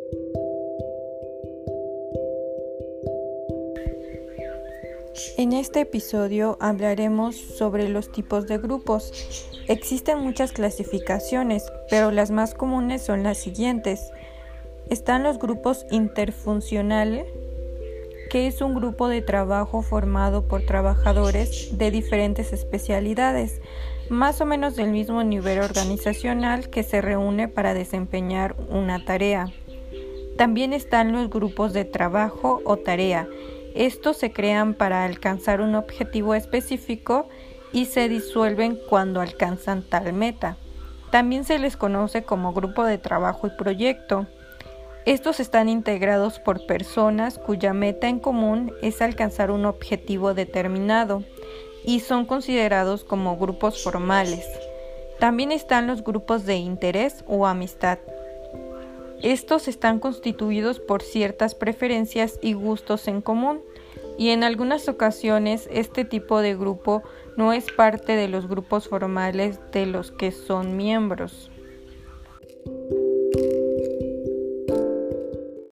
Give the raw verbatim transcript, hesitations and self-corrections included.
En este episodio hablaremos sobre los tipos de grupos. Existen muchas clasificaciones, pero las más comunes son las siguientes. Están los grupos interfuncionales, que es un grupo de trabajo formado por trabajadores de diferentes especialidades, más o menos del mismo nivel organizacional, que se reúne para desempeñar una tarea. También están los grupos de trabajo o tarea. Estos se crean para alcanzar un objetivo específico y se disuelven cuando alcanzan tal meta. También se les conoce como grupo de trabajo y proyecto. Estos están integrados por personas cuya meta en común es alcanzar un objetivo determinado y son considerados como grupos formales. También están los grupos de interés o amistad. Estos están constituidos por ciertas preferencias y gustos en común, y en algunas ocasiones este tipo de grupo no es parte de los grupos formales de los que son miembros.